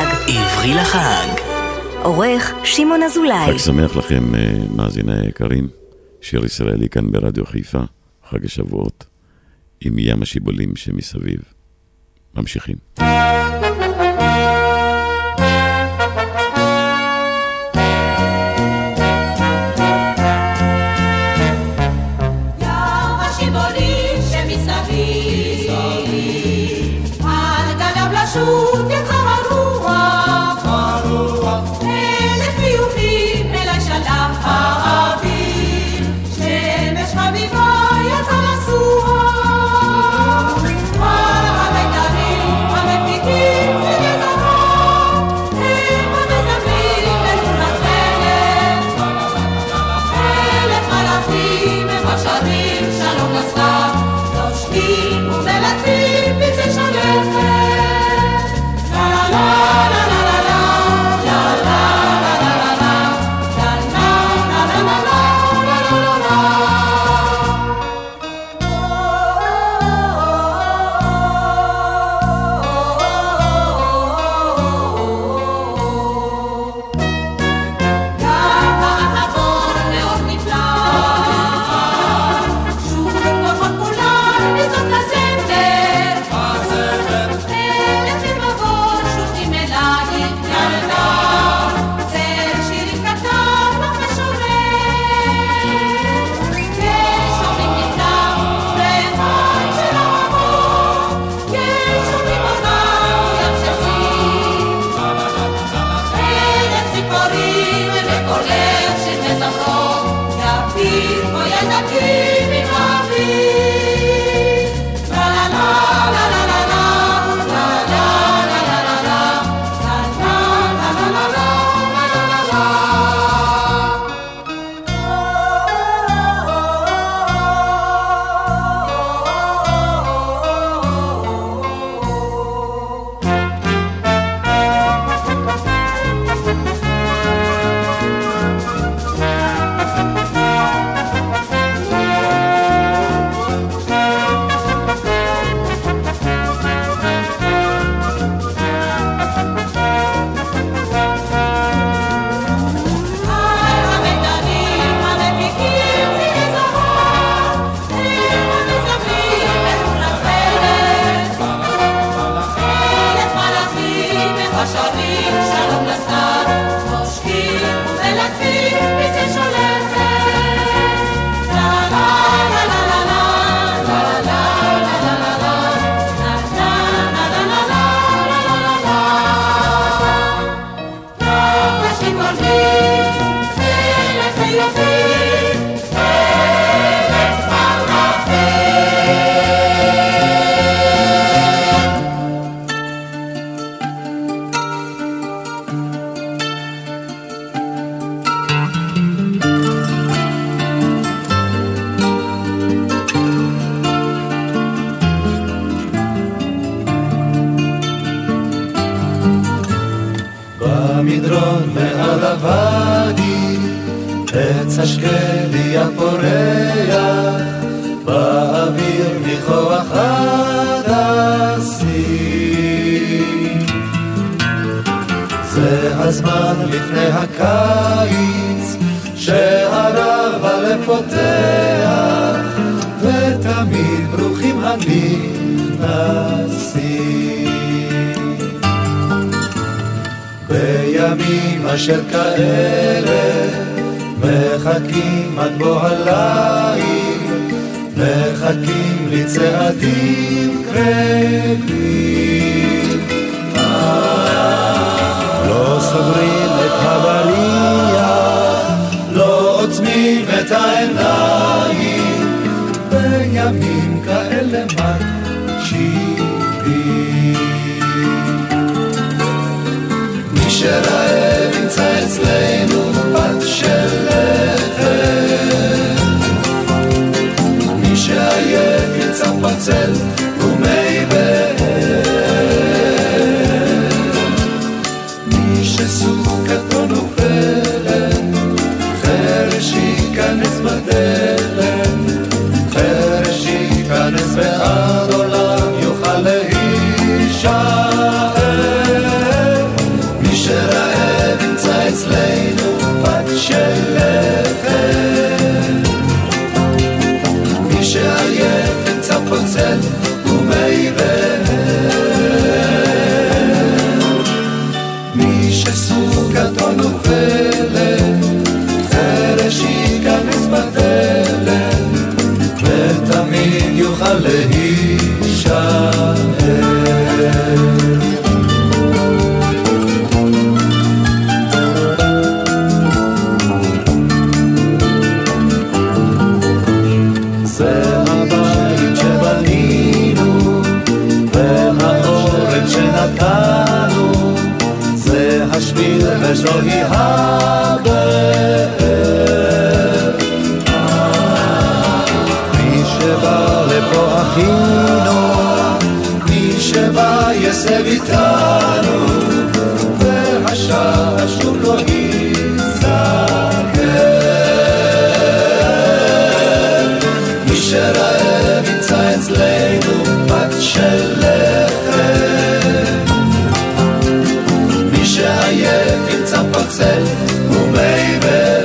לחג. עברי לחג. עורך שמעון אזולאי. חג שמח לכם, מאזיני היקרים. שיר ישראלי כאן ברדיו חיפה, חג השבועות, עם ים השיבולים שמסביב. ממשיכים. שוט יצא הרוח, אלף חיוכים אלי שלח האוויר, שמש חביבה יצא לסוח, על המיתרים המפיקים צלילי זהב, הם המזמרים בתמונת חלב, אלף מלאכים הם השרים שלום לסתיו, נושקים ומלטפים פצעי שלכת. במדרון מעל הוואדי, עץ השקדי הפורח, באוויר ניחוח הדסים. זה הזמן לפני הקיץ, שהרב הלב פותח, ותמיד ברוכים הנכנסים. בימים אשר כאלה מחכים עד בוא הליל, מחכים לצעדים קרבים. לא סוגרים את הבליח, לא עוצמים את העיניים, בימים כאלה מקשיבים. מי שרעב ימצא אצלנו בת של לחם, מי שעייף ימצא פצל ומי באר. וזוהי הבאר. מי שבא לפה אחינו, מי שבא יסב איתנו, והשעה שוב לא ייסגר. מי שרעב ימצא אצלנו פת של לחם, מי שעייף ימצא פרצל ומי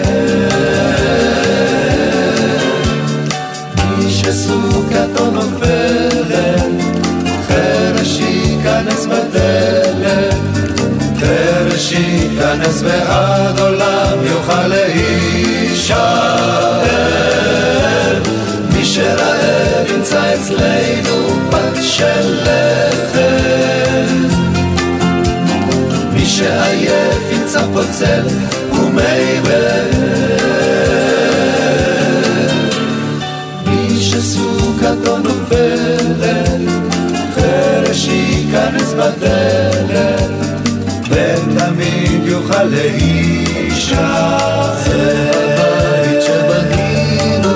באר. מי שסוכתו נופלת, חרש ייכנס בדלת, חרש ייכנס ועד עולם יוכל להישאר. מי שרעב ימצא אצלנו פת של לחם, מי שעייף ימצא פוצל ומי באר. מי שסוכתו נופלת, חרש ייכנס בדלת, ותמיד יוכל להישאר. זה הבית שבנינו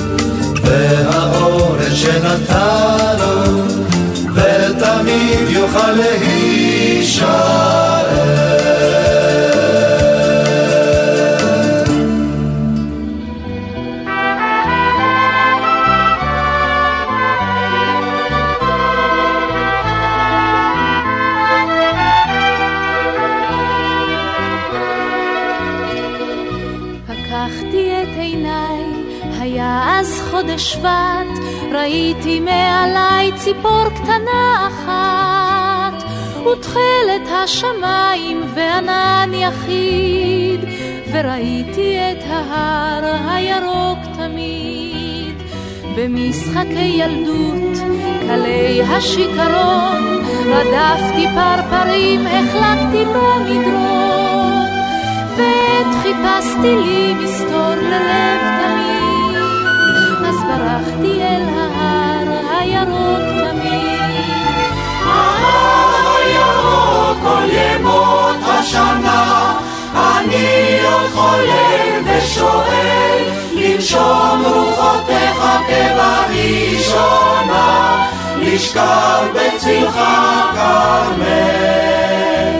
והאורן שנתנו, ותמיד יוכל להישאר. חודש שבט, ראיתי מעליי ציפור קטנה אחת, ותכלת השמיים וענן יחיד, וראיתי את ההר הירוק תמיד. במשחקי ילדות, קלי השיקרון, רדפתי פרפרים, החלקתי במדרון, ועת חיפשתי לי מסתור ללב תמיד, אז ברחתי אל ההר הירוק תמיד. ההר הירוק כל ימות השנה, אני עוד חולם ושואל, לנשום רוחותיך כבראשונה, לשכב בצלך כרמל.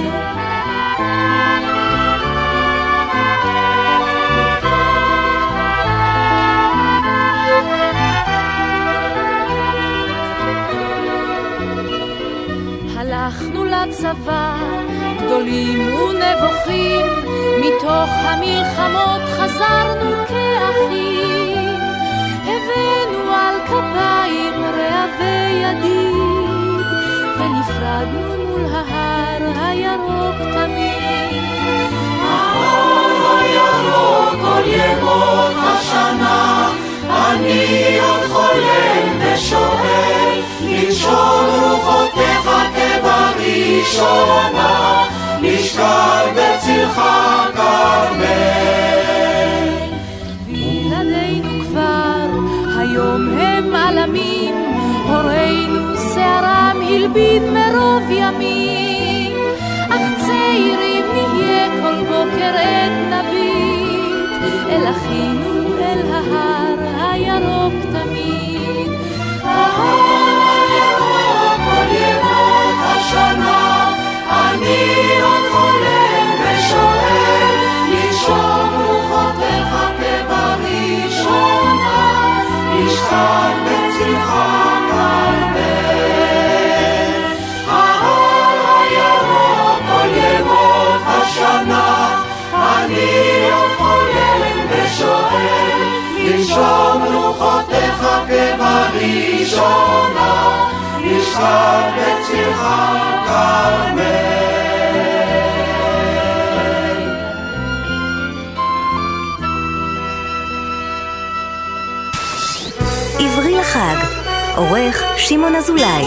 הלכנו לצבא, גדולים ונבוכים, מתוך המלחמות חזרנו כאחים, הבאנו על כפיים רעבי ידיד, ונפרדנו מול ההר הירוק תמיד. ההר הירוק כל ימות השנה, אני עוד חולם ושואל, לנשום רוחותיך כבראשונה, לשכב בצלך כרמל. וילדינו כבר היום הם עלמים, הורינו שערם הלבין מרוב ימים, אך צעירים נהיה כל בוקר עת נביט, אל אחינו אל ההר הירוק תמיד. ההר הירוק כל ימות השנה, אני עוד חולם ושואל, לנשום רוחותיך כבראשונה, לשכב בצלך כרמל. ההר הירוק כל ימות השנה, אני עוד חולם ושואל, לנשום רוחותיך כבראשונה, לשכב בצלך כרמל. עברי לחג, עורך שמעון אזולאי.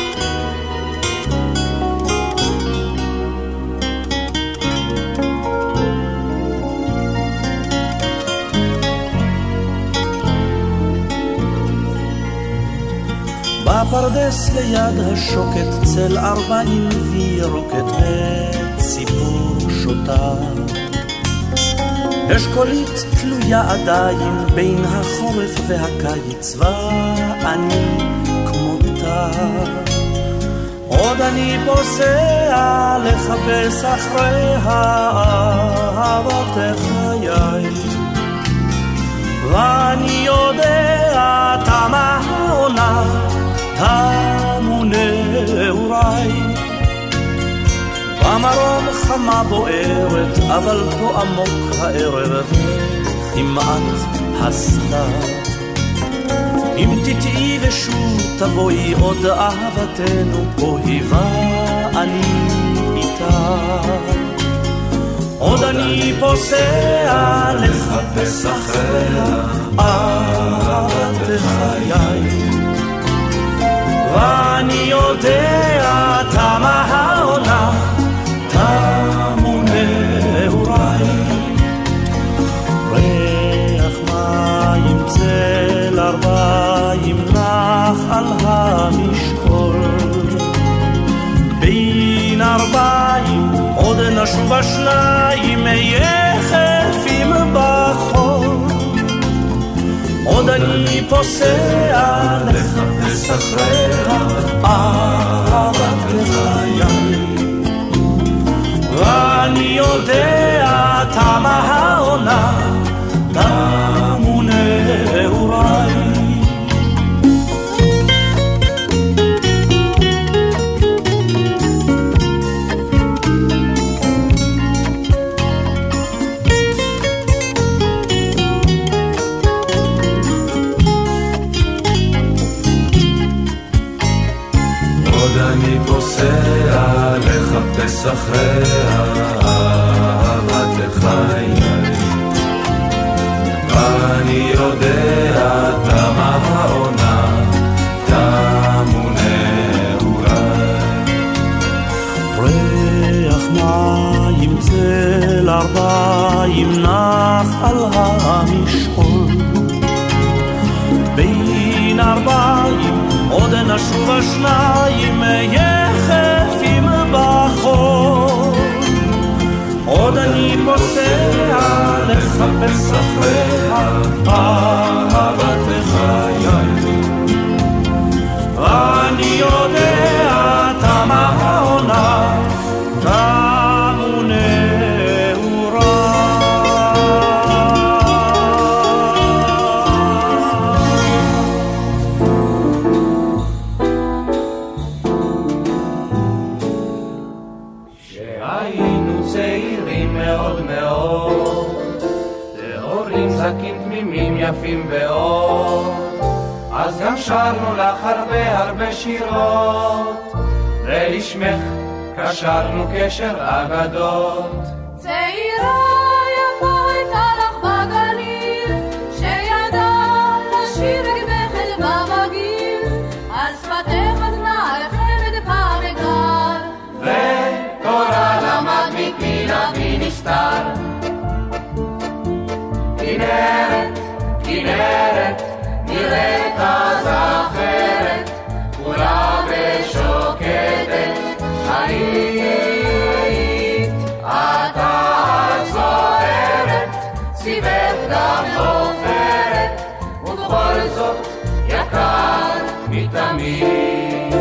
בפרדס ליד השוקת צל 40 וירוקת וציפור שותה, אשכולית תלויה עדיין בין החורף והקיץ, ואני כמותה. עוד אני פוסע לחפש אחרי אהבת חיי, ואני יודע תמה העונה, תמו נעוריי. במרום חמה בוערת, אבל פה עמוק הערב כמעט הסתר. אם תטעי ושוב תבואי עוד אהבתנו פה היווה אני איתה. עוד אני פוסע לחפש אחריה אהבת חיי, ואני יודע תמה העונה, תמו נעוריי. ריח מים צל ארבעים נח על המשקול, בין ארבעים עוד נשוב השניים יחפים בחול. עוד אני פוסע לחפש אחריה אהבת חיי, ואני יודע תמה העונה, תמו נעוריי. אני פוסע לחפש אחריה אהבת חיי, ואני יודע תמה העונה, תמו נעוריי. ריח מים צל ארבעים נח על המשעול, בין ארבעים עוד נשוב השניים יחפים בחול. עוד אני פוסע לחפש אחריה אהבת חיי, ואני יודע תמה העונה, תמו נעוריי. יפים ואור, אז גם שרנו לך הרבה שירות, ולשמך קשרנו קשר אגדות. צעירה יפה הייתה לך בגליל, שידעה לשיר גבחת במגיל, על שפתך אזנה חמד פעם אגר, ותורה למד מפינה ונסתר. כנרת, נראית אז אחרת, כולה ושוקדת, היית, אתה זוהרת, סיבך גם עופרת, ובכל זאת יקר מתמיד.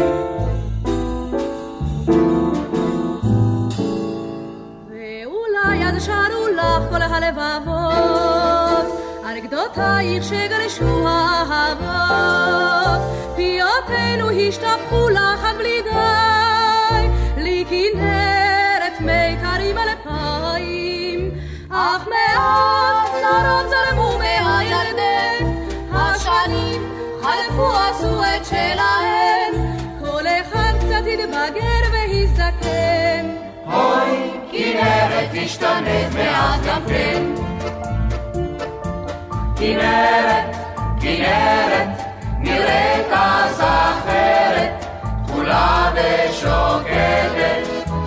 ואולי אז שרו לך כל הלבבות, אנקדותייך שגרשו האהבות, פיותינו השתפכו לך עד בלי די, לי כנרת מיתרים על אפיים, אך מאז צרות זרמו מהירדן, השנים חלפו עשו את שלהן, כל אחד קצת התבגר והזדקן. אוי, כנרת השתנית מעט גם כן. כנרת, נראית אז אחרת, כולה ושוקדת,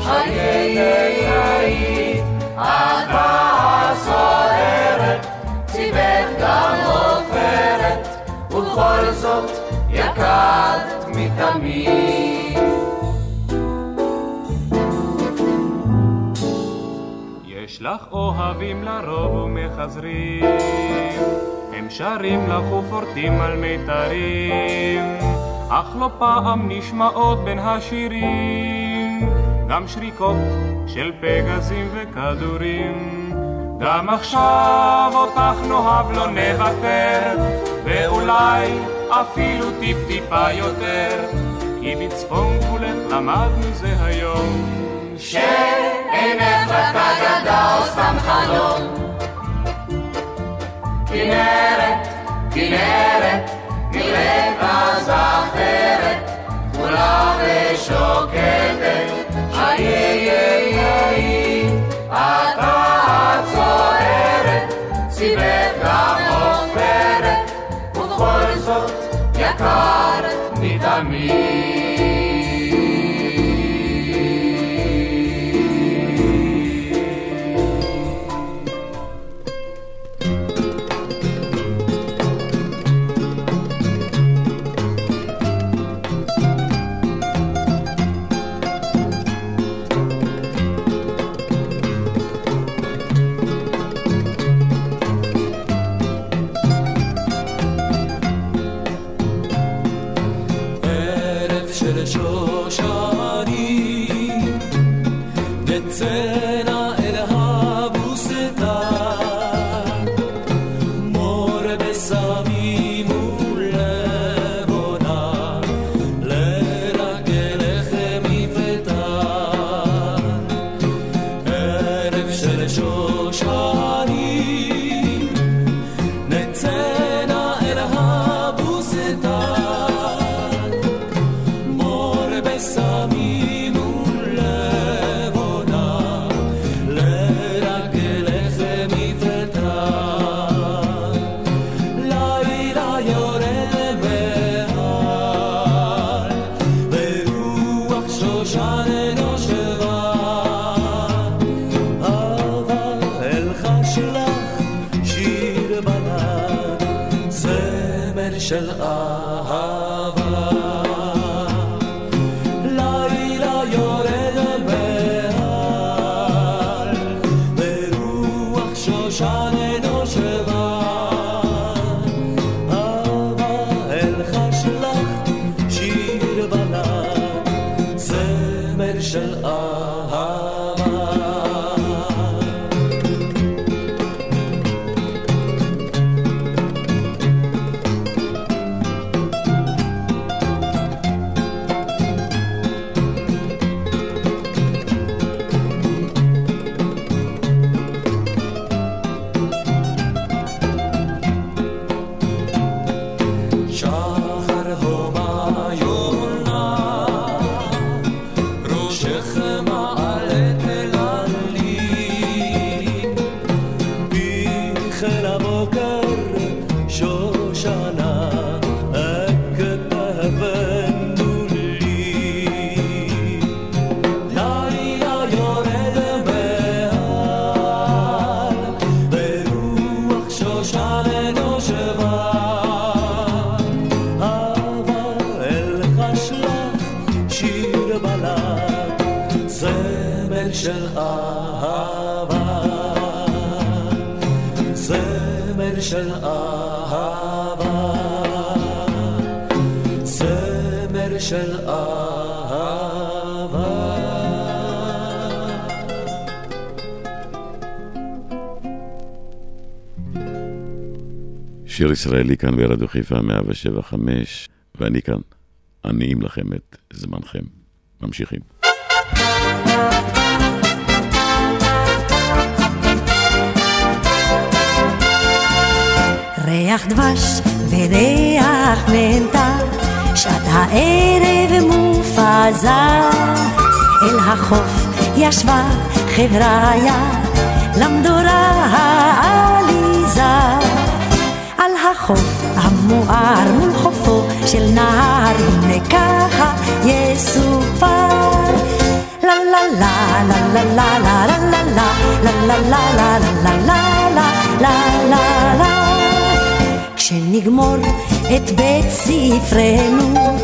היית, אתה סוערת, ציבך גם עופרת, ובכל זאת יקרת מתמיד. יש לך אוהבים לרוב ומחזרים, הם שרים לך ופורטים על מיתרים, אך לא פעם נשמעות בין השירים גם שריקות של פגזים וכדורים. גם עכשיו אותך נאהב לא נוותר, ואולי אפילו טיפה יותר, כי בצפון גבולך למדנו זה היום, שאינך רק אגדה או סתם חלום. כנרת, כנרת, נראית אז אחרת, כולה ושוקטת, איי איי איי, אתה צוערת, סיבת גם עופרת, ובכל זאת יקר מתמיד. שיר ישראלי כאן ברדיו חיפה 107.5, ואני כאן, עניים לכם את זמנכם. ממשיכים. ריח דבש וריח מנטה, שעת הערב מופזה, אל החוף ישבה חבריה, למדורה העליזה. על החוף המואר מול חופו של נהר, הנה ככה יסופר. לה לה לה לה לה לה לה לה לה לה לה לה לה לה לה. כשנגמור את בית ספרנו,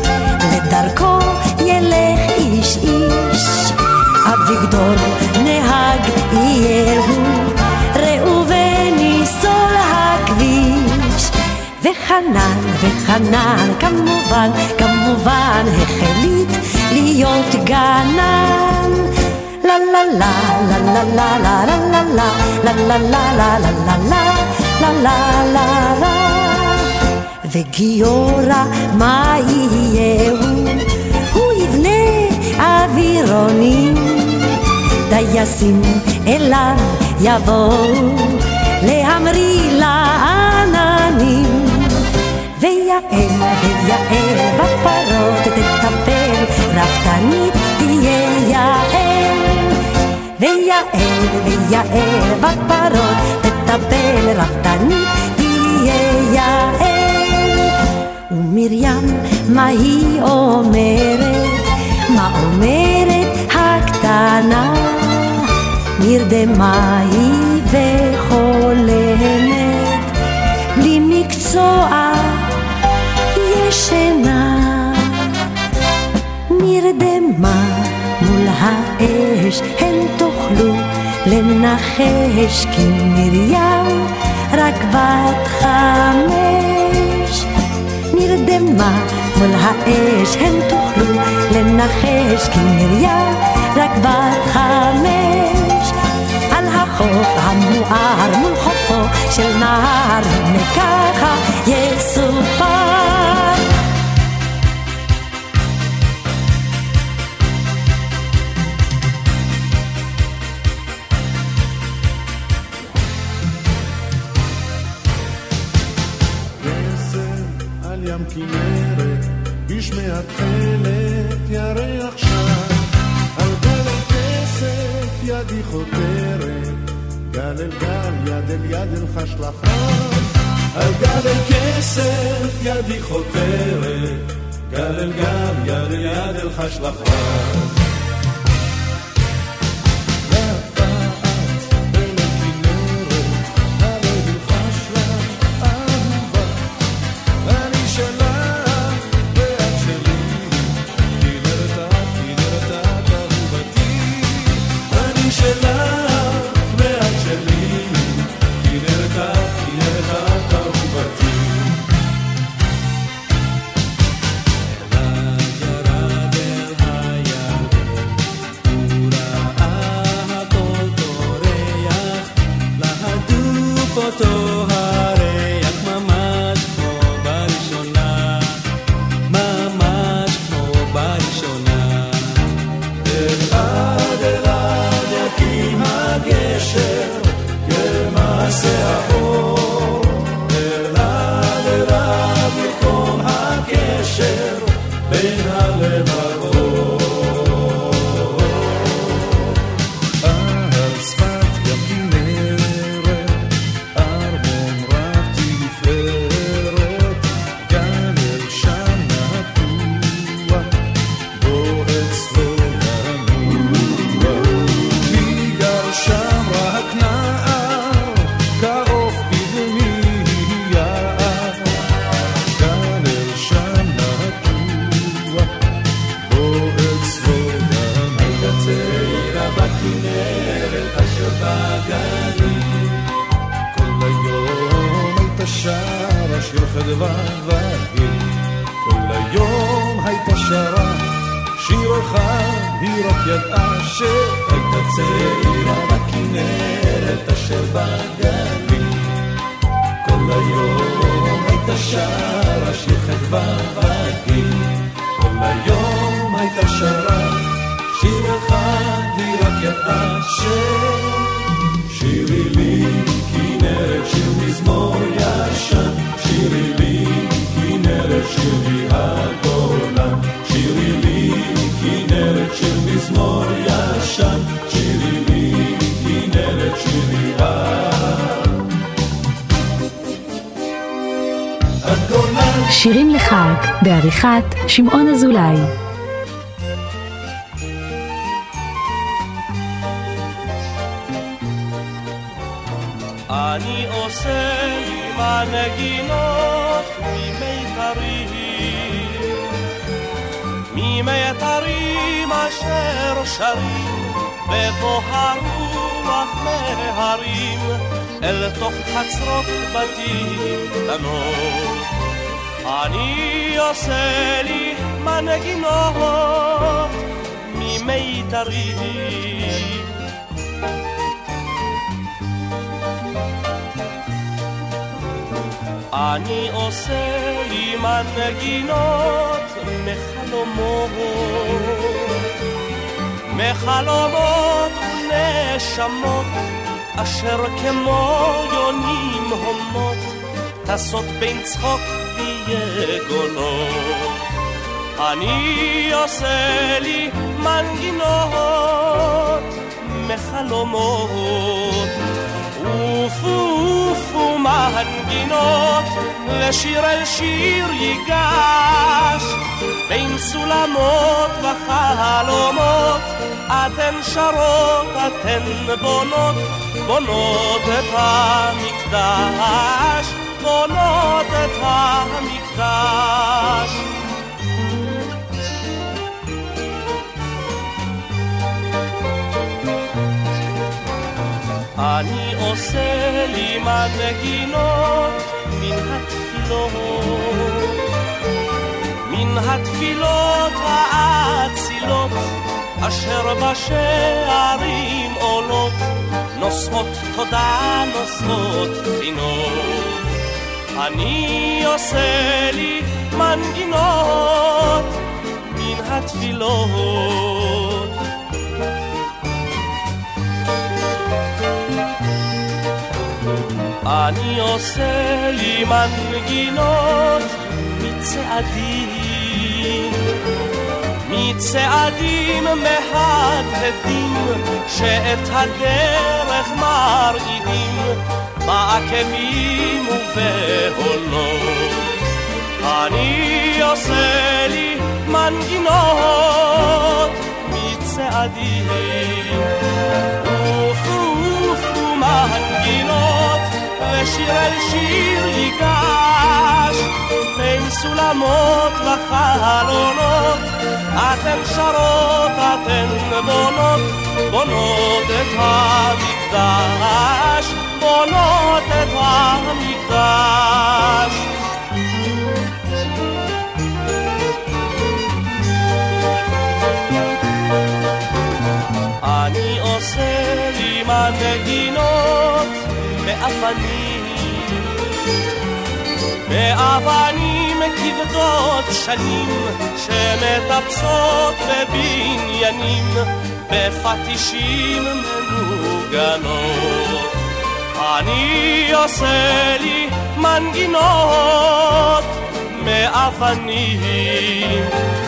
לדרכו ילך איש איש. אביגדור נהג יהיה הוא, ראובני סול הכביש. וחנן, וחנן, כמובן, כמובן, החליט להיות גנן. לה לה לה, לה לה לה לה לה לה לה לה לה לה לה לה לה לה לה. וגיורא מה יהיה הוא יבנה אווירונים, טייסים אליו יבואו להמריא לעננים. ויעל, ויעל בפרות תטפל, רפתנית תהיה יעל. ויעל, ויעל בפרות תטפל, רפתנית תהיה יעל. ומרים מה היא אומרת, מה אומרת הקטנה? נרדמה היא וחולמת, בלי מקצוע ישנה. נרדמה מול האש, הן תוכלו לנחש, כי מרים רק בת 5. נרדמה מול האש, הן תוכלו לנחש, כי מרים רק בת 5. על החוף המואר מול חופו של נהר, מככה יסופר. ים כנרת, בשמי התחלת ירח שם, על גל הכסף ידי חותרת, גל אל גל יד אל יד אל חש לחם. על גל הכסף ידי חותרת, גל אל גל יד אל יד אל חש לחם. שירים לחג בעריכת שמעון אזולאי. אני עושה עם הנגינות מיתרים אשר שרים ובוחרו לברוח מהרים אל תוך חצרות בתים קטנות. אני עושה לי מנגינות ממיתרים, אני עושה לי מנגינות מחלומות, מחלומות ונשמות אשר כמו יונים הומות טסות בין צחוק ויגונות. אני עושה לי מנגינות מחלומות, ופו מנגינות ושיר אל שיר ייגש בין סולמות וחלומות. אתן שרות, אתן בונות, בונות את המקדש, בונות את המקדש. אני עושה לי מנגינות מן התפילות, מן התפילות האצילות אשר בשערים עולות, נושאות תודה, נושאות חינות. אני עושה לי מנגינות מן התפילות. אני עושה לי מנגינות מצעדים, מצעדים מהדהדים שאת הדרך מרעידים בעקבים ובהולות. אני עושה לי מנגינות מצעדים, ופו מנגינות ושיר אל שיר ייגש בין סולמות וחלונות. אתן שרות, אתן בונות, בונות את המקדש, בונות את המקדש. אני עושה לי מנגינות מאבנים, מאבנים כבדות שנים שמטפסות בבניינים בפטישים מנוגנות. אני עושה לי מנגינות מאבנים,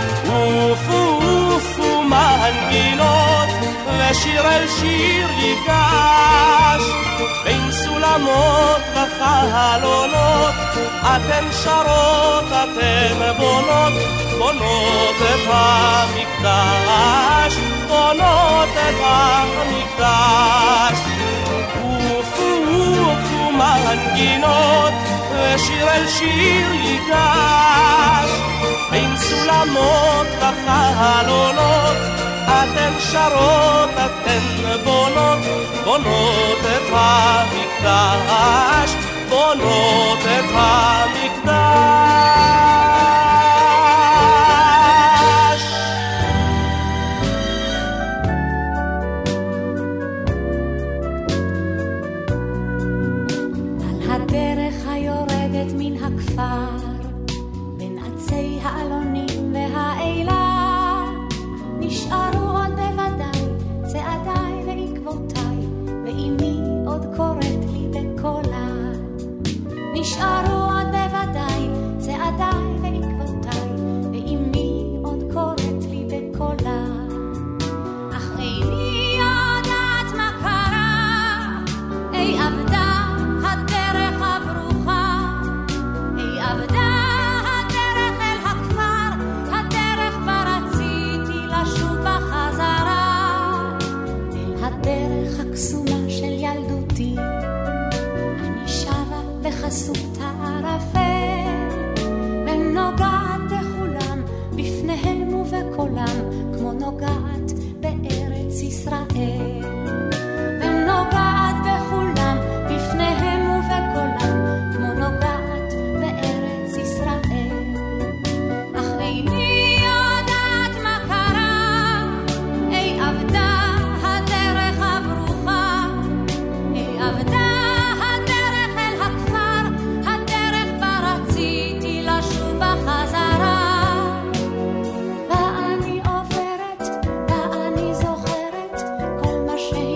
ופו מנגינות ושיר אל שיר ייגש בין סולמות וחלונות. אתן שרות, אתן בונות, בונות את המקדש, בונות את המקדש. ופו מנגינות ושיר אל שיר ייגש בין סולמות וחלונות. אתן שרות, אתן בונות, בונות את המקדש, בונות את המקדש. על הדרך היורדת מן הכפר בין עצי האלונים והאילה נשארו עוד בוודאי צעדיי ועקבותיי, ואמי עוד קוראת לי בקולה. נשארו עוד בוודאי צעדיי ועקבותיי, ואמי עוד קוראת לי בקולה. אך איני יודעת מה קרה, אי עבדה הדרך הברוכה, אי עבדה הדרך אל הכפר, הדרך בה רציתי לשוב בחזרה, אל הדרך הקסומה של ילדותי. אני שבה בחסות הערפל ונוגעת בכולם, בפניהם ובקולם, כמו נוגעת בארץ ישראל. ונוגעת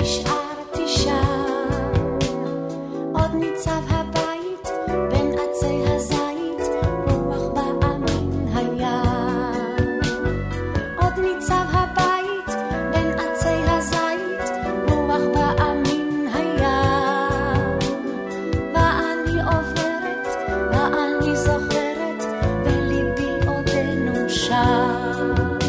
שהשארתי שם. עוד ניצב הבית בין עצי הזית, רוח באה מן הים. עוד ניצב הבית בין עצי הזית, רוח באה מן הים. ואני עוברת ואני זוכרת, וליבי עודנו שם.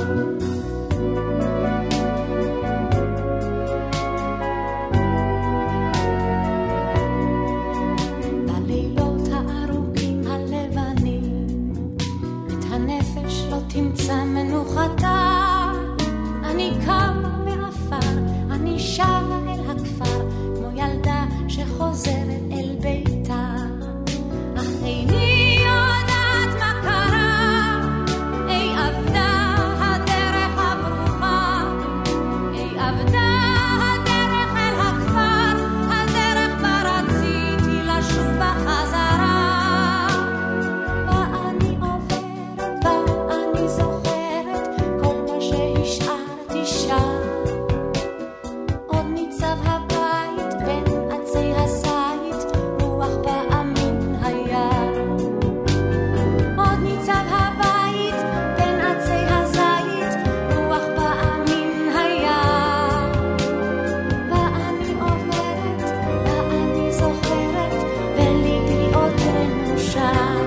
בלילות הארוכים הלבנים, את הנפש לא תמצא מנוחתה. אני קמה מעפר, אני שבה אל הכפר, כמו ילדה שחוזרת אל ביתה. אך איני יודעת מה קרה, אי אבדה הדרך הברוכה, אי אבדה הדרך אל הכפר, הדרך בה רציתי לשוב בחזרה. ואני עוברת ואני זוכרת כל מה שהשארתי שם. עוד ניצב הבית בין עצי הזית, רוח באה מן הים. עוד ניצב הבית בין עצי הזית, רוח באה מן הים. ואני עוברת ואני זוכרת, וליבי עודנו שם.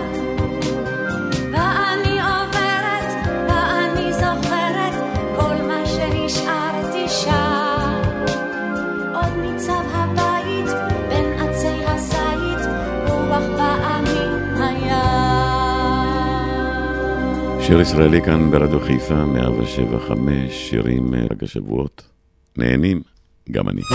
ואני עוברת ואני זוכרת כל מה שהשארתי שם. עוד ניצב הבית בין עצי הזית, רוח באה מן הים. שיר ישראלי כאן ברדיו חיפה 107.5, שירים חג השבועות. נהנים, גם אני.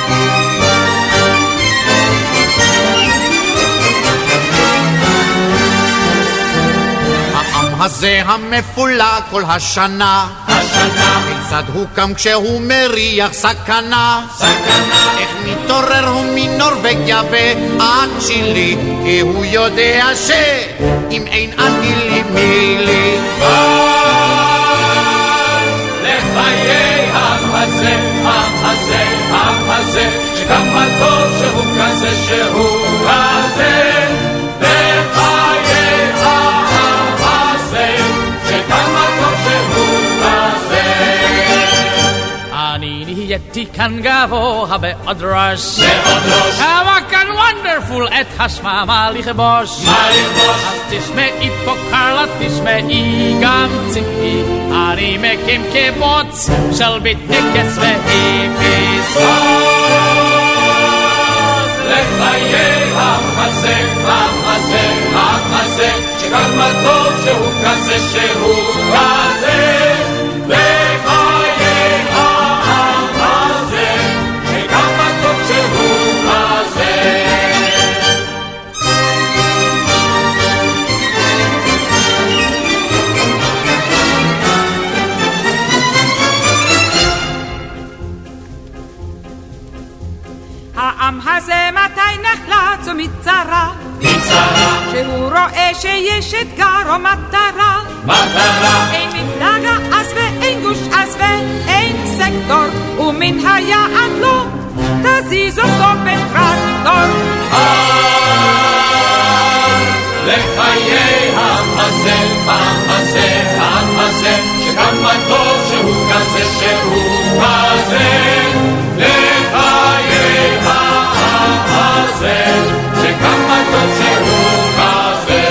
העם הזה המפולג כל השנה, כיצד הוא קם כשהוא מריח סכנה? איך מתעורר הוא מנורווגיה ועד צ'ילי, כי הוא יודע שאם אין אני לי מי לי. לחיי העם הזה, העם הזה, העם הזה, שכמה טוב שהוא כזה, שהוא כזה. לחיי העם הזה, שכמה טוב שהוא כזה. אני נהייתי כאן גבוה בעוד ראש, כמה כאן וונדרפול את השממה לכבוש. אז תשמעי פה קרלה, תשמעי גם ציפי, אני מקים קיבוץ של ביטניקס והיפיס. לחיי העם הזה, העם הזה, העם הזה, שכמה טוב שהוא כזה, שהוא כזה. לחיי העם הזה, שכמה טוב שהוא כזה. העם הזה מתי נחלץ ומצרה, שהוא רואה שיש אתגר או מטרה. אין מפלגה אז ואין גוש אז ואין סקטור, ומן היעד לא תזיז אותו בטרקטור. לחיי העם הזה, העם הזה, העם הזה, שכמה טוב שהוא כזה, שהוא כזה. לחיי העם הזה, שכמה טוב שהוא כזה.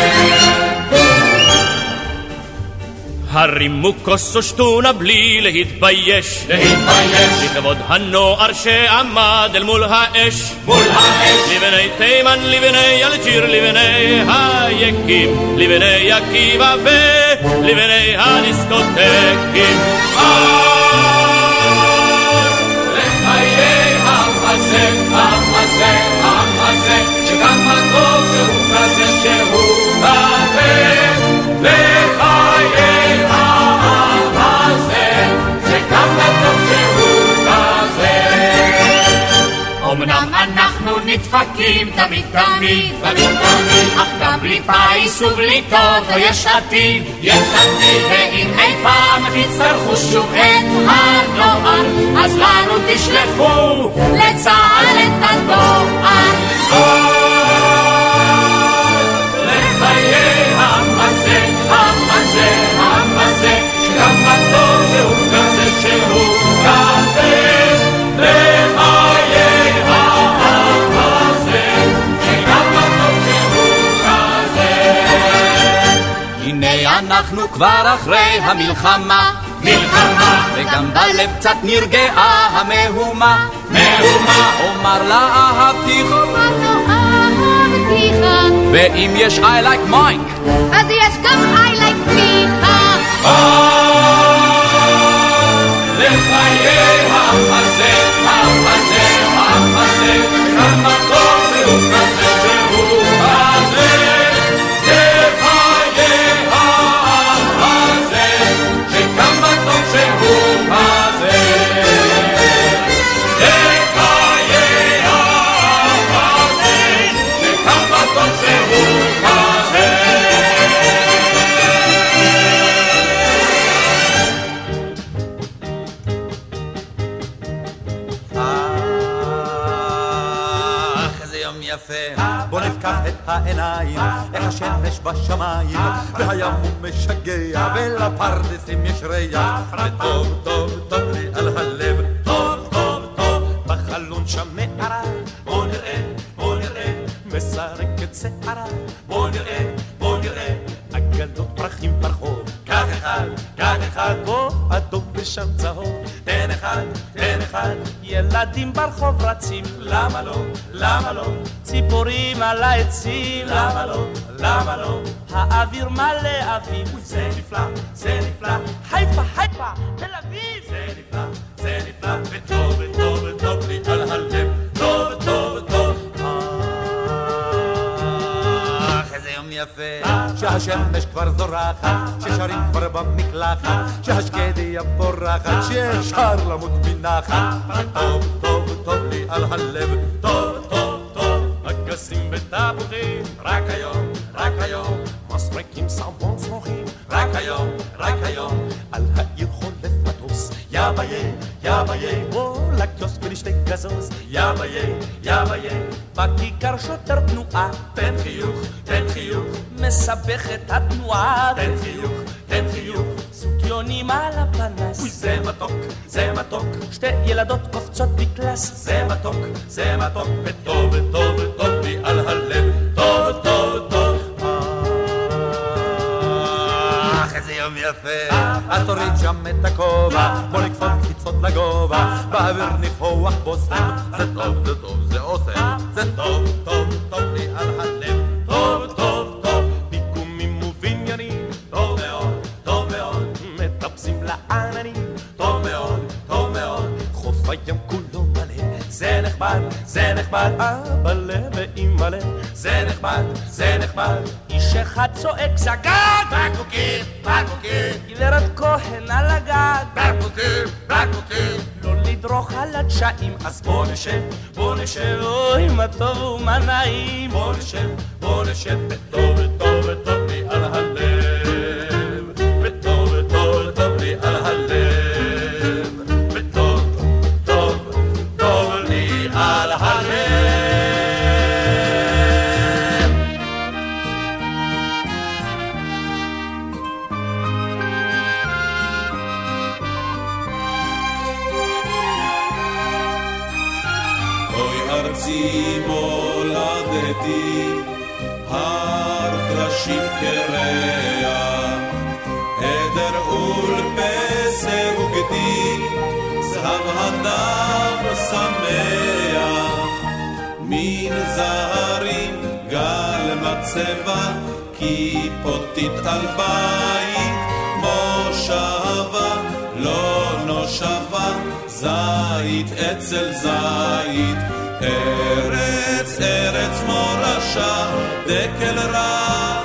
הרימו כוס ושתונה בלי להתבייש, לכבוד הנוער שעמד אל מול האש, לבני תימן, לבני אלג'יר, לבני היקים, לבני עקיבא ולבני הדיסקוטקים. לחיי העם הזה, העם הזה, העם הזה, שכמה טוב שהוא כזה, שהוא כזה. לחיי העם הזה, שכמה טוב שהוא כזה. אמנם אנחנו נדפקים תמיד תמיד, אך גם בלי פיס ובלי טוטו יש עתיד. ואם אי פעם תצטרכו שוב את הנוער, אז לנו תשלחו לצה"ל את הדואר. לחיי העם הזה, העם הזה, העם הזה, שכמה טוב שהוא כזה, שהוא כזה. לחיי העם הזה, שכמה טוב שהוא כזה. הנה אנחנו כבר אחרי המלחמה, מלחמה, וגם בלב קצת נרגעה המהומה, מהומה. אומר לה אהבתיך, אומר לו אהבתיך, ואם יש I like Mike, אז יש גם I like מיכה. לחיי העם הזה, העם הזה, העם הזה, כמה טוב שהוא כזה, שהוא כזה. לחיי העם הזה, שכמה טוב שהוא כזה. לחיי העם הזה, שכמה טוב שהוא כזה. איזה יום יפה, בוא נפקח את העיניים, איך השמש בשמיים, והים הוא משגע, ולפרדסים יש ריח, וטוב טוב טוב לי על הלב, טוב טוב טוב, בחלון שם מערה, בוא נראה, בוא נראה, מסרקת שערה, בוא נראה, בוא נראה, עגלות פרחים ברחוב, כך אחד, בוא אדום ושם צהוב, תן אחד, ילדים ברחוב רצים, למה לא, למה לא, ציפורים על העצים, למה לא, למה לא, האוויר מלא אביב, זה נפלא, זה נפלא, חיפה, חיפה, תל אביב, זה נפלא, זה נפלא, וטוב, וטוב, וטוב לי על הלב, טוב, טוב, טוב. איזה יום יפה, שהשמש כבר זורחת, ששרים כבר במקלחת, שהשקדיה פורחת, שאפשר למות מנחת, טוב, טוב, טוב לי על הלב, טוב, טוב, טוב. אגסים ותפוחים, רק היום, רק היום, מסרקים סרבון סמוכים, רק היום, רק היום, על העיר חולף מטוס, יא ביי, בוא לקיוסק ולשתי גזוז, יא ביי, בכיכר שוטר תנועה, תן חיוך, תן חיוך, מסבך את התנועה, תן חיוך, סוקיונים על הפנס, אוי זה מתוק, זה מתוק, שתי ילדות קופצות בקלאס, זה מתוק, זה מתוק, וטוב, וטוב, וטוב לי על הלב, טוב, טוב, טוב. איזה יום יפה, אז תוריד שם את הכובע, בוא נקפוץ חיצות לגובה, באוויר ניחוח בוסם, זה טוב, זה טוב, זה עושה, זה טוב, טוב, טוב לי על הלב, טוב, טוב, טוב, פיקומים ובניינים, טוב מאוד, טוב מאוד, מטפסים לעננים, טוב מאוד, טוב מאוד, חוף הים כולו מלא, זה נחמד, זה נחמד, אבא לב ואמא לב, זה נחמד, זה נחמד, איש אחד צועק זגג, בקבוקים, בקבוקים, גברת כהן על הגג, בקבוקים, בקבוקים, לא לדרוך על הדשאים, אז בוא נשב, בוא נשב, אוי מה טוב ומה נעים, בוא נשב, בוא נשב, וטוב, וטוב, וטוב לי על הלב, וטוב, וטוב, וטוב לי על הלב, וטוב, טוב, טוב לי על הלב. ארצי מולדתי, הר טרשים קרח, עדר ולפסה וגדי, זהב הדם שמח, מן זהרים גל מצבה, כיפותית על בית, מושבה לא נושבה, זית אצל זית, ארץ ארץ מורשה, דקל רק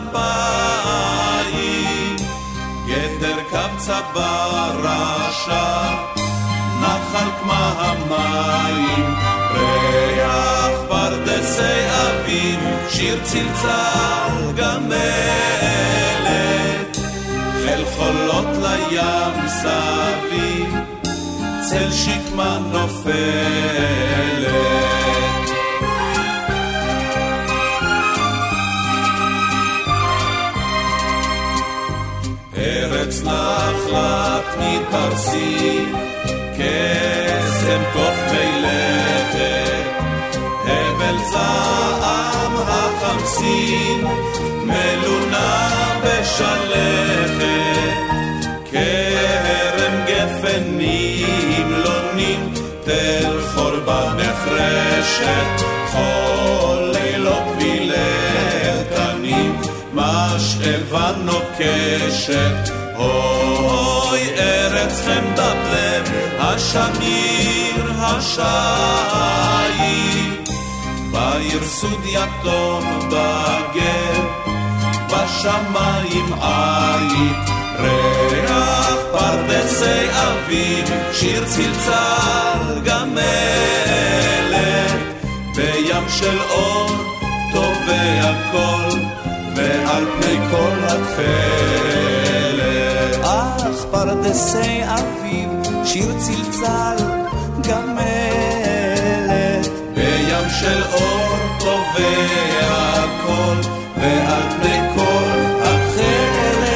כפיים, גדר קבצה ברשה, נחל כמה המים, ריח פרדסי אביב, שיר צלצל גמלת, חיל חולות לים סביב, צל שקמה נופלת. ארץ נחלת מתפרסי, קסם תוך מילתת, הבל זעם החמסין, מלונה בשלכת, כהרם גפנים לונים, תל חורבה נחרשת, כל לילות וליל תנים, משאבה נוקשת, אוי ארץ חמדת לב, השמיר השעית, בעיר סוד יתום בגב, בשמיים עית, ריח פרדסי אביב, שיר צלצל גמלת, בים של אור טובע כל, ועל פני כל התכלת. אך פרדסי אביב, שיר צלצל גמלת, בים של אור טובע כל, ועל פני כל התכלת.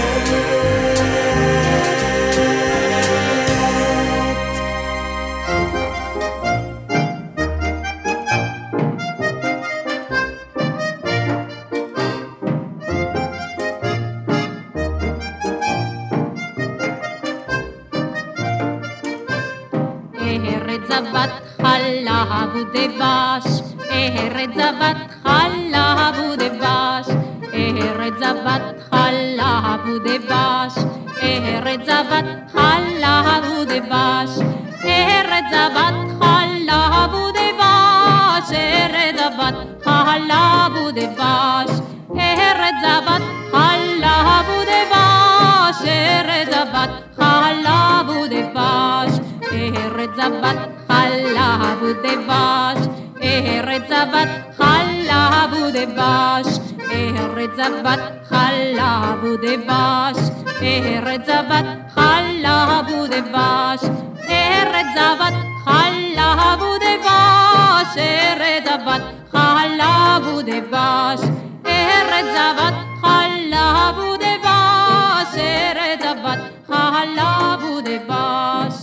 חלב ודבש, ארץ זבת חלב ודבש, ארץ זבת חלב ודבש, ארץ זבת חלב ודבש, ארץ זבת חלב ודבש, ארץ זבת חלב ודבש, ארץ זבת חלב ודבש, ארץ זבת חלב ודבש, ארץ זבת חלב ודבש, ארץ זבת חלב ודבש, ארץ זבת חלב ודבש, ארץ זבת חלב ודבש, ארץ זבת חלב ודבש, ארץ זבת חלב ודבש, ארץ זבת חלב ודבש, ארץ זבת חלב ודבש.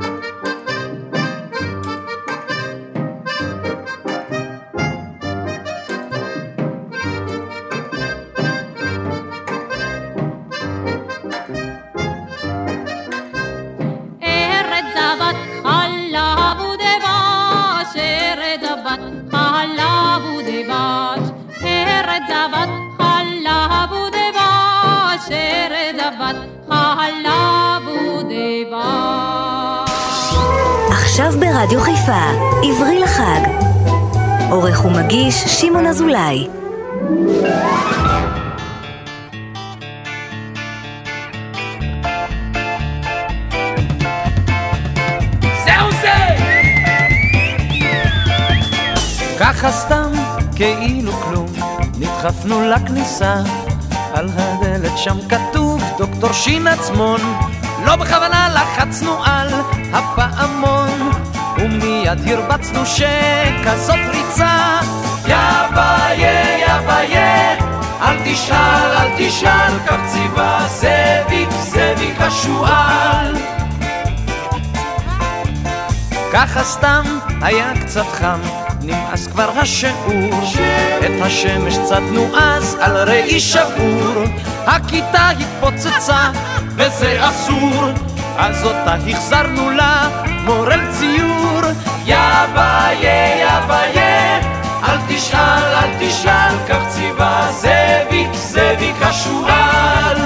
עכשיו ברדיו חיפה, עברי לחג. עורך ומגיש שמעון אזולאי. זהו זה! ככה סתם, כאילו כלום, נדחפנו לכניסה, על הדלת שם כתוב דוקטור שין עצמון, לא בכוונה לחצנו על הפעמון, ומיד הרבצנו שכזאת ריצה, יא ביי, יא ביי, אל תשאל, אל תשאל, כך ציווה זאביק, זאביק השועל. ככה סתם היה קצת חם, נמאס כבר השיעור, את השמש צדנו אז על ראי שבור, הכיתה התפוצצה וזה אסור, אז אותה החזרנו לה מורל ציור, יא ביי, יא ביי, אל תשאל, אל תשאל, כך ציווה זאביק, זאביק השועל.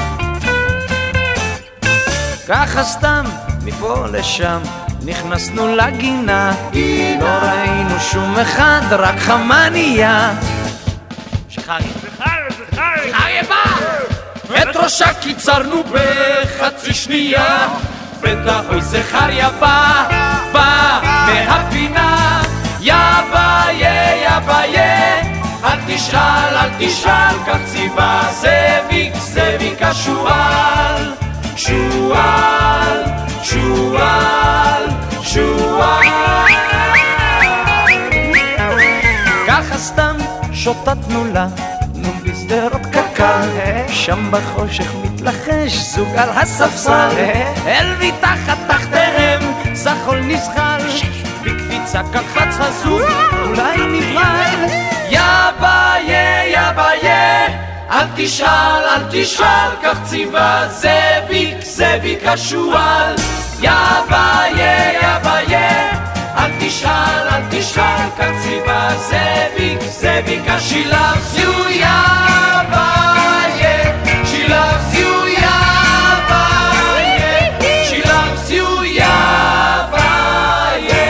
ככה סתם מפה לשם נכנסנו לגינה, לא ראינו שום אחד, רק חמניה שחרי בא, את ראשה קיצרנו בחצי שנייה, בטח אוי זכריה בא מהפינה, יא ביי, יא ביי, אל תשאל, אל תשאל, כך ציווה זאביק, זאביק השועל, שועל, שועל, שועל. ככה סתם שוטטנו לה בשדרות קק"ל, שם בחושך מתלחש זוג על הספסל, אל מתחת תחתיהם זחול נזחל, בקפיצה קפץ הזוג אולי נברל. יא ביה, יא ביה, אל תשאל, אל תשאל, כך ציווה זאביק, זאביק השועל. יא ביה, יא ביה, אל תשאל, אל תשאל, כך ציווה זאביק, זאביק השילב. She loves you, Yabaye. She loves you, Yabaye.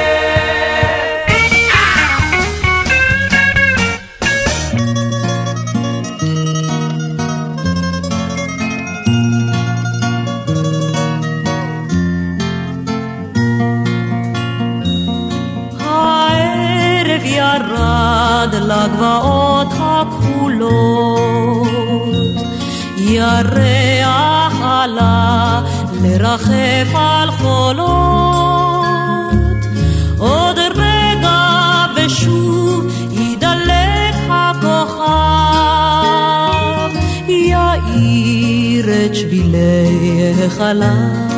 הערב ירד לגבעות הכחולות, ירח עלה לרחף על חולות, עוד רגע ושוב ידלק הכוכב, יאיר את שבילי החלב.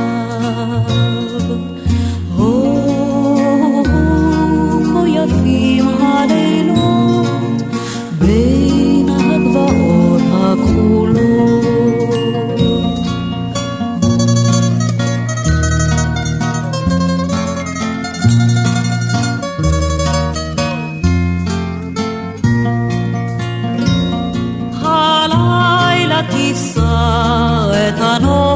כה יפים הלילות בין הגבעות הכחולות. הלילה תישא את הנוף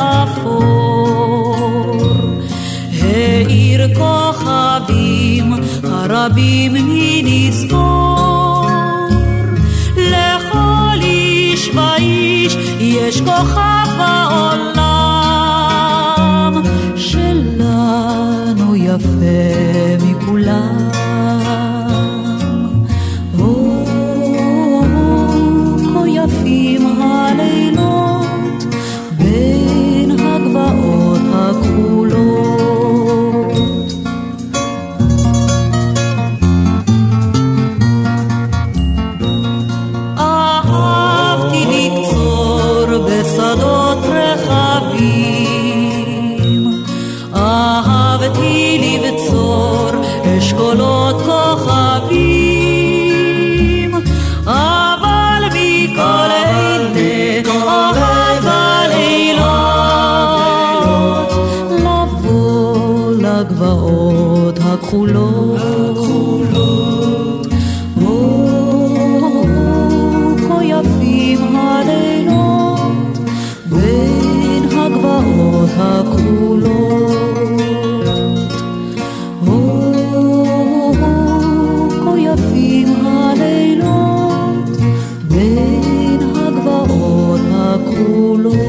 לאפור, העיר כוכבים הרבים מנספור, לכל איש ואיש יש כוכב בעולם, שלנו יפה מכולם. כה יפים הלילות בין הגבעות הכחולות. בשדות רחבים אהבתי לבצור אשכולות כוכבים, אבל מכל אלה אוהב הלילות לבוא לגבעות הכחולות. כה יפים הלילות בין הגבעות הכחולות. כה יפים הלילות בין הגבעות הכחולות.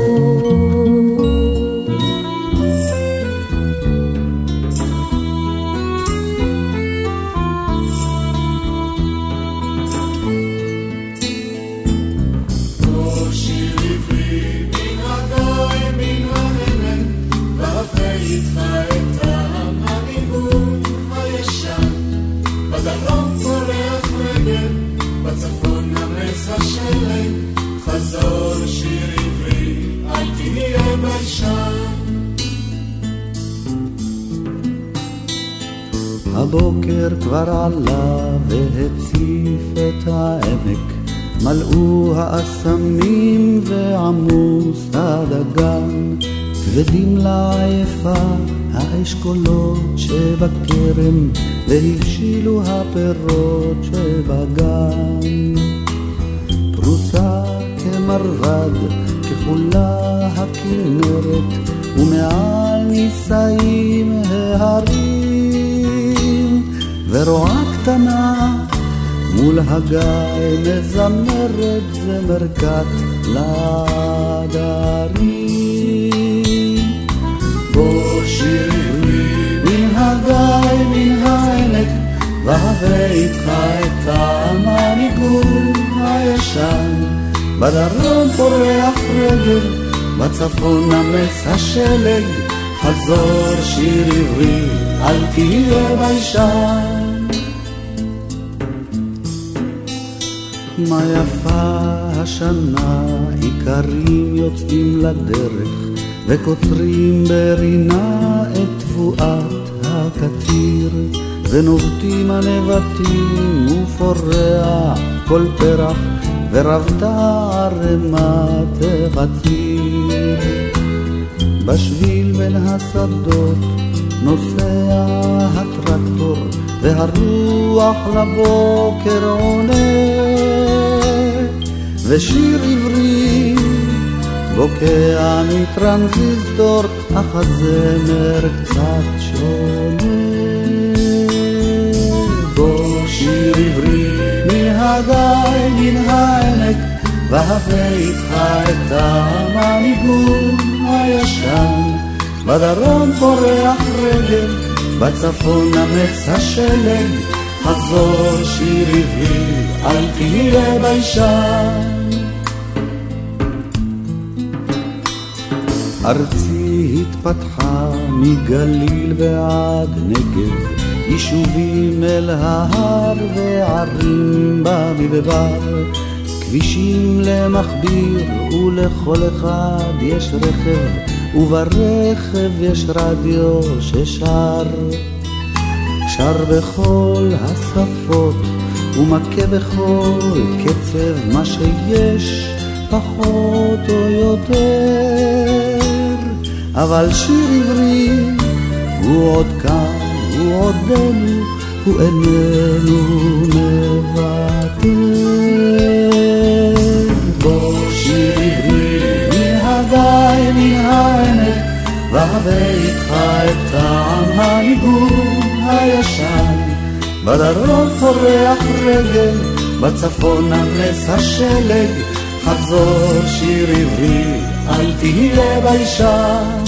חזור שיר עברי, אל תהיה ביישן. הבוקר כבר עלה והציף את העמק, מלאו האסמים ועמוס הדגן, כבדים לעייפה האשכולות שבכרם, והבשילו הפירות שבגן. פרוסה כמרבד, כחולה הכנרת, ומעל נישאים ההרים, ורועה קטנה מול הגיא מזמרת זמרכת לעדרים. בוא שיר עברי מן הגיא מן העמק, והווה איתך את המנהיגות הישן. בדרום פורח רגל, בצפון נמס השלג, חזור שיר עברי, אל תהיה ביישן. מה יפה השנה, עיקרים יוצאים לדרך, וקוצרים ברינה את תבואת הקציר, ונובטים הנבטים ופורח כל פרח, ורבתה ערמת חציר. בשביל בין השדות נוסע הטרקטור, והרוח לבוקר עונה, ושיר עברי בוקע מטרנזיסטור, אך הזמר קצת שונה. בוא שיר עברי מן הגיא מן העמק, והווה איתך את טעם הניגון הישן. בדרום פורח רגל, בצפון נמס השלג, חזור שיר עברי, אל תהיה ביישן. ארצי התפתחה מגליל ועד נגב, יישובים אל ההר וערים במדבר, כבישים למכביר ולכל אחד יש רכב, וברכב יש רדיו ששר, שר בכל השפות ומכה בכל קצב, מה שיש פחות או יותר, אבל שיר עברי הוא עוד כאן, הוא עודנו, הוא איננו מוותר. בוא שיר עברי מן הגיא מן העמק, והווה איתך את טעם הניגון הישן. בדרום פורח רגל, בצפון נמס השלג, חזור שיר עברי, אל תהיה ביישן.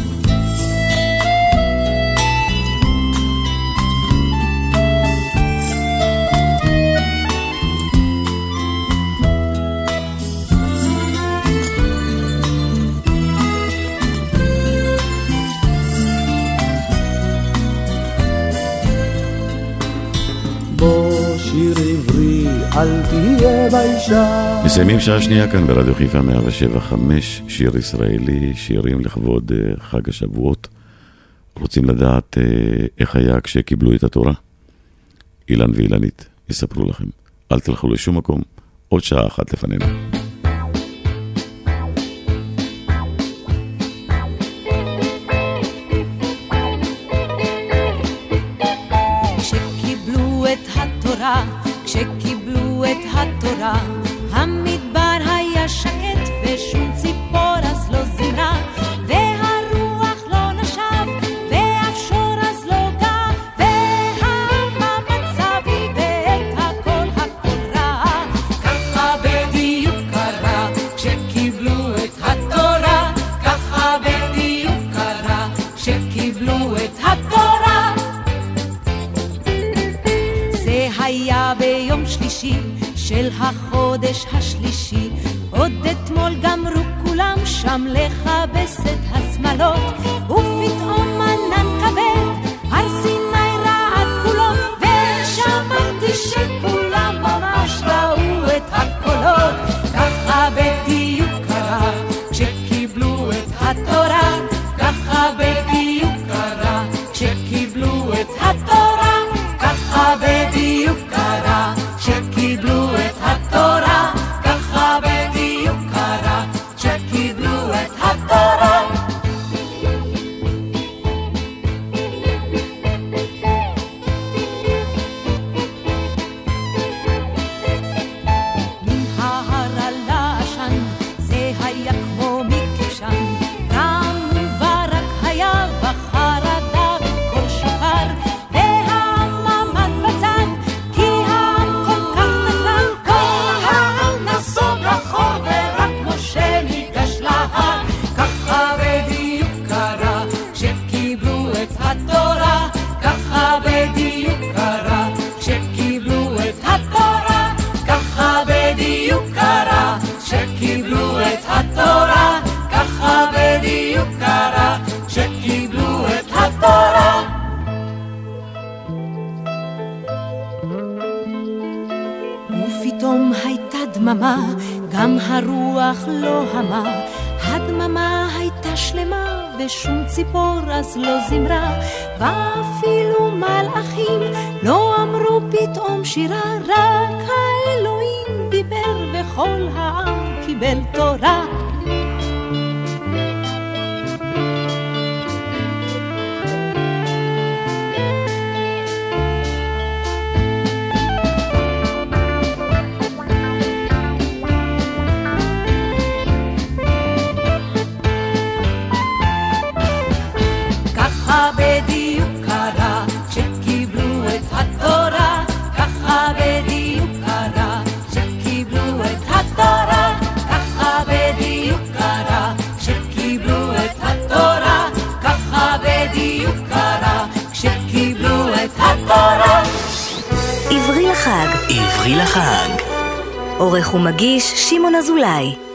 אל תהיה ביישן. מסיימים שעה שנייה כאן ברדיו חיפה 107.5, שיר ישראלי, שירים לכבוד חג השבועות. רוצים לדעת איך היה כשקיבלו את התורה? אילן ואילנית יספרו לכם. אל תלכו לשום מקום, עוד שעה אחת לפנינו. כשקיבלו את התורה, כשקיבלו את התורה, המדבר היה שקט ושום ציפור אז לא זמרה, והרוח לא נשב ואף שור אז לא גע, והמאמץ אבי ואת הכל הכל רע. ככה בדיוק קרה כשקיבלו את התורה, ככה בדיוק קרה כשקיבלו את התורה. זה היה ביום שלישי של החודש השלישי, עוד אתמול גמרו כולם שם לחבס את השמלות, ופתאום ענן כבד הר סיני רעד כולו, ושמעתי שכולם ממש ראו את הקולות. ככה בדיוק קרה כשקיבלו את התורה, ככה בדיוק קרה כשקיבלו את התורה, ככה בדיוק קרה כשקיבלו את התורה, ככה בדיוק קרה כשקיבלו את התורה. מן ההר עלה עשן, זה היה כמו מקשן, רם וברק היה בחרדה כל שחר, פתאום הייתה דממה, גם הרוח לא המה. הדממה הייתה שלמה, ושום ציפור אז לא זמרה, ואפילו מלאכים לא אמרו פתאום שירה, רק האלוהים דיבר וכל העם קיבל תורה. בדיוק קרה שקיבלו את התורה, ככה בדיוק קרה שקיבלו את התורה, ככה בדיוק קרה שקיבלו את התורה, ככה בדיוק קרה שקיבלו את התורה. עברי לחג. עברי לחג. עורך ומגיש שמעון אזולאי.